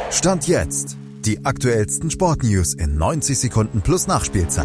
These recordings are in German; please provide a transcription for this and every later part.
Stand jetzt. Die aktuellsten Sportnews in 90 Sekunden plus Nachspielzeit.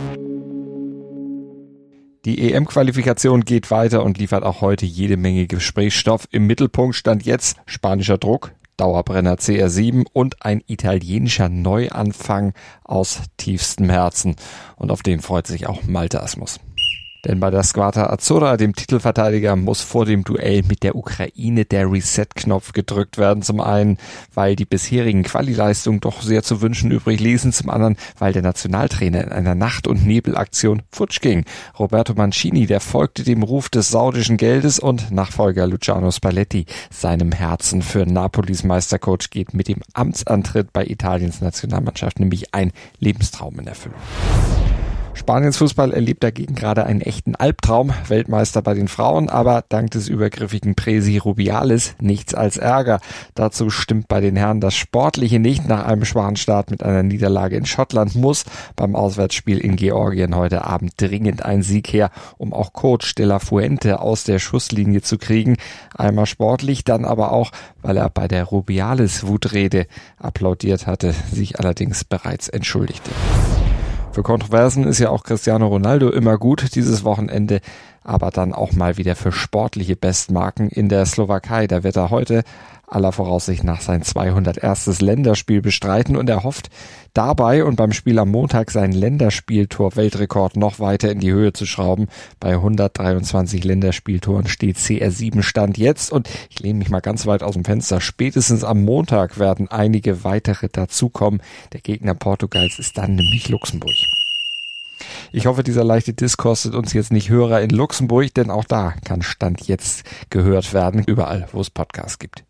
Die EM-Qualifikation geht weiter und liefert auch heute jede Menge Gesprächsstoff. Im Mittelpunkt stand jetzt spanischer Druck, Dauerbrenner CR7 und ein italienischer Neuanfang aus tiefstem Herzen. Und auf den freut sich auch Malte Asmus. Denn bei der Squadra Azzurra, dem Titelverteidiger, muss vor dem Duell mit der Ukraine der Reset-Knopf gedrückt werden. Zum einen, weil die bisherigen Quali-Leistungen doch sehr zu wünschen übrig ließen. Zum anderen, weil der Nationaltrainer in einer Nacht- und Nebelaktion futsch ging. Roberto Mancini, der folgte dem Ruf des saudischen Geldes und Nachfolger Luciano Spalletti seinem Herzen. Für Napolis Meistercoach geht mit dem Amtsantritt bei Italiens Nationalmannschaft nämlich ein Lebenstraum in Erfüllung. Spaniens Fußball erlebt dagegen gerade einen echten Albtraum. Weltmeister bei den Frauen, aber dank des übergriffigen Presi Rubiales nichts als Ärger. Dazu stimmt bei den Herren das Sportliche nicht. Nach einem Schwanenstart mit einer Niederlage in Schottland muss beim Auswärtsspiel in Georgien heute Abend dringend ein Sieg her, um auch Coach De La Fuente aus der Schusslinie zu kriegen. Einmal sportlich, dann aber auch, weil er bei der Rubiales-Wutrede applaudiert hatte, sich allerdings bereits entschuldigte. Für Kontroversen ist ja auch Cristiano Ronaldo immer gut dieses Wochenende, aber dann auch mal wieder für sportliche Bestmarken in der Slowakei. Da wird er heute aller Voraussicht nach sein 201. Länderspiel bestreiten und er hofft dabei und beim Spiel am Montag seinen Länderspieltor-Weltrekord noch weiter in die Höhe zu schrauben. Bei 123 Länderspieltoren steht CR7 Stand jetzt und ich lehne mich mal ganz weit aus dem Fenster. Spätestens am Montag werden einige weitere dazukommen. Der Gegner Portugals ist dann nämlich Luxemburg. Ich hoffe, dieser leichte Diss kostet uns jetzt nicht Hörer in Luxemburg, denn auch da kann Stand jetzt gehört werden, überall, wo es Podcasts gibt.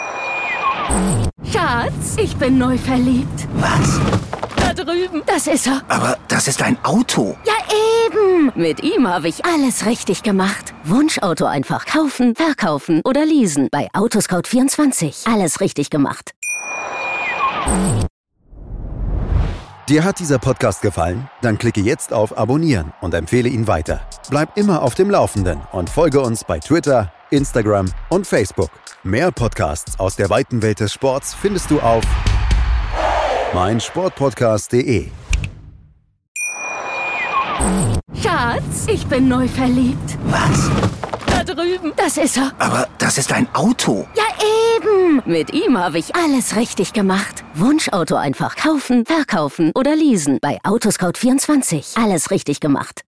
Schatz, ich bin neu verliebt. Was? Da drüben. Das ist er. Aber das ist ein Auto. Ja, eben. Mit ihm habe ich alles richtig gemacht. Wunschauto einfach kaufen, verkaufen oder leasen. Bei Autoscout24. Alles richtig gemacht. Dir hat dieser Podcast gefallen? Dann klicke jetzt auf Abonnieren und empfehle ihn weiter. Bleib immer auf dem Laufenden und folge uns bei Twitter, Instagram und Facebook. Mehr Podcasts aus der weiten Welt des Sports findest du auf meinsportpodcast.de. Schatz, ich bin neu verliebt. Was? Da drüben. Das ist er. Aber das ist ein Auto. Ja, eben. Mit ihm habe ich alles richtig gemacht. Wunschauto einfach kaufen, verkaufen oder leasen. Bei Autoscout24. Alles richtig gemacht.